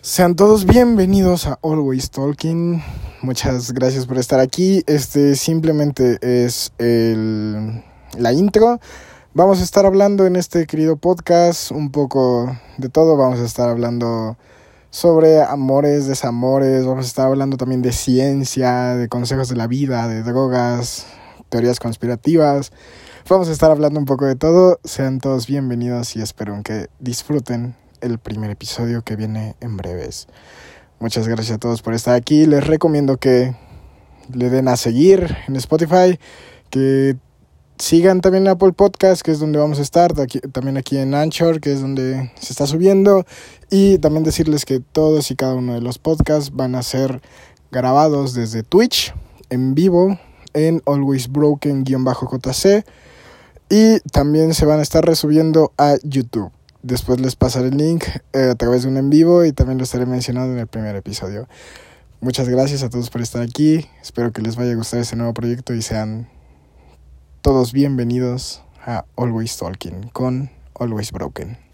Sean todos bienvenidos a Always Talking. Muchas gracias por estar aquí. Simplemente es la intro. Vamos a estar hablando en este querido podcast un poco de todo. Vamos a estar hablando sobre amores, desamores. Vamos a estar hablando también de ciencia, de consejos de la vida, de drogas, teorías conspirativas. Vamos a estar hablando un poco de todo. Sean todos bienvenidos y espero que disfruten el primer episodio que viene en breves. Muchas gracias a todos por estar aquí. Les recomiendo que le den a seguir en Spotify, que sigan también en Apple Podcast, que es donde vamos a estar, también aquí en Anchor, que es donde se está subiendo, y también decirles que todos y cada uno de los podcasts van a ser grabados desde Twitch, en vivo, en Always Broken-JC, y también se van a estar resubiendo a YouTube. Después les pasaré el link a través de un en vivo y también lo estaré mencionando en el primer episodio. Muchas gracias a todos por estar aquí. Espero que les vaya a gustar este nuevo proyecto y sean todos bienvenidos a Always Talking con Always Broken.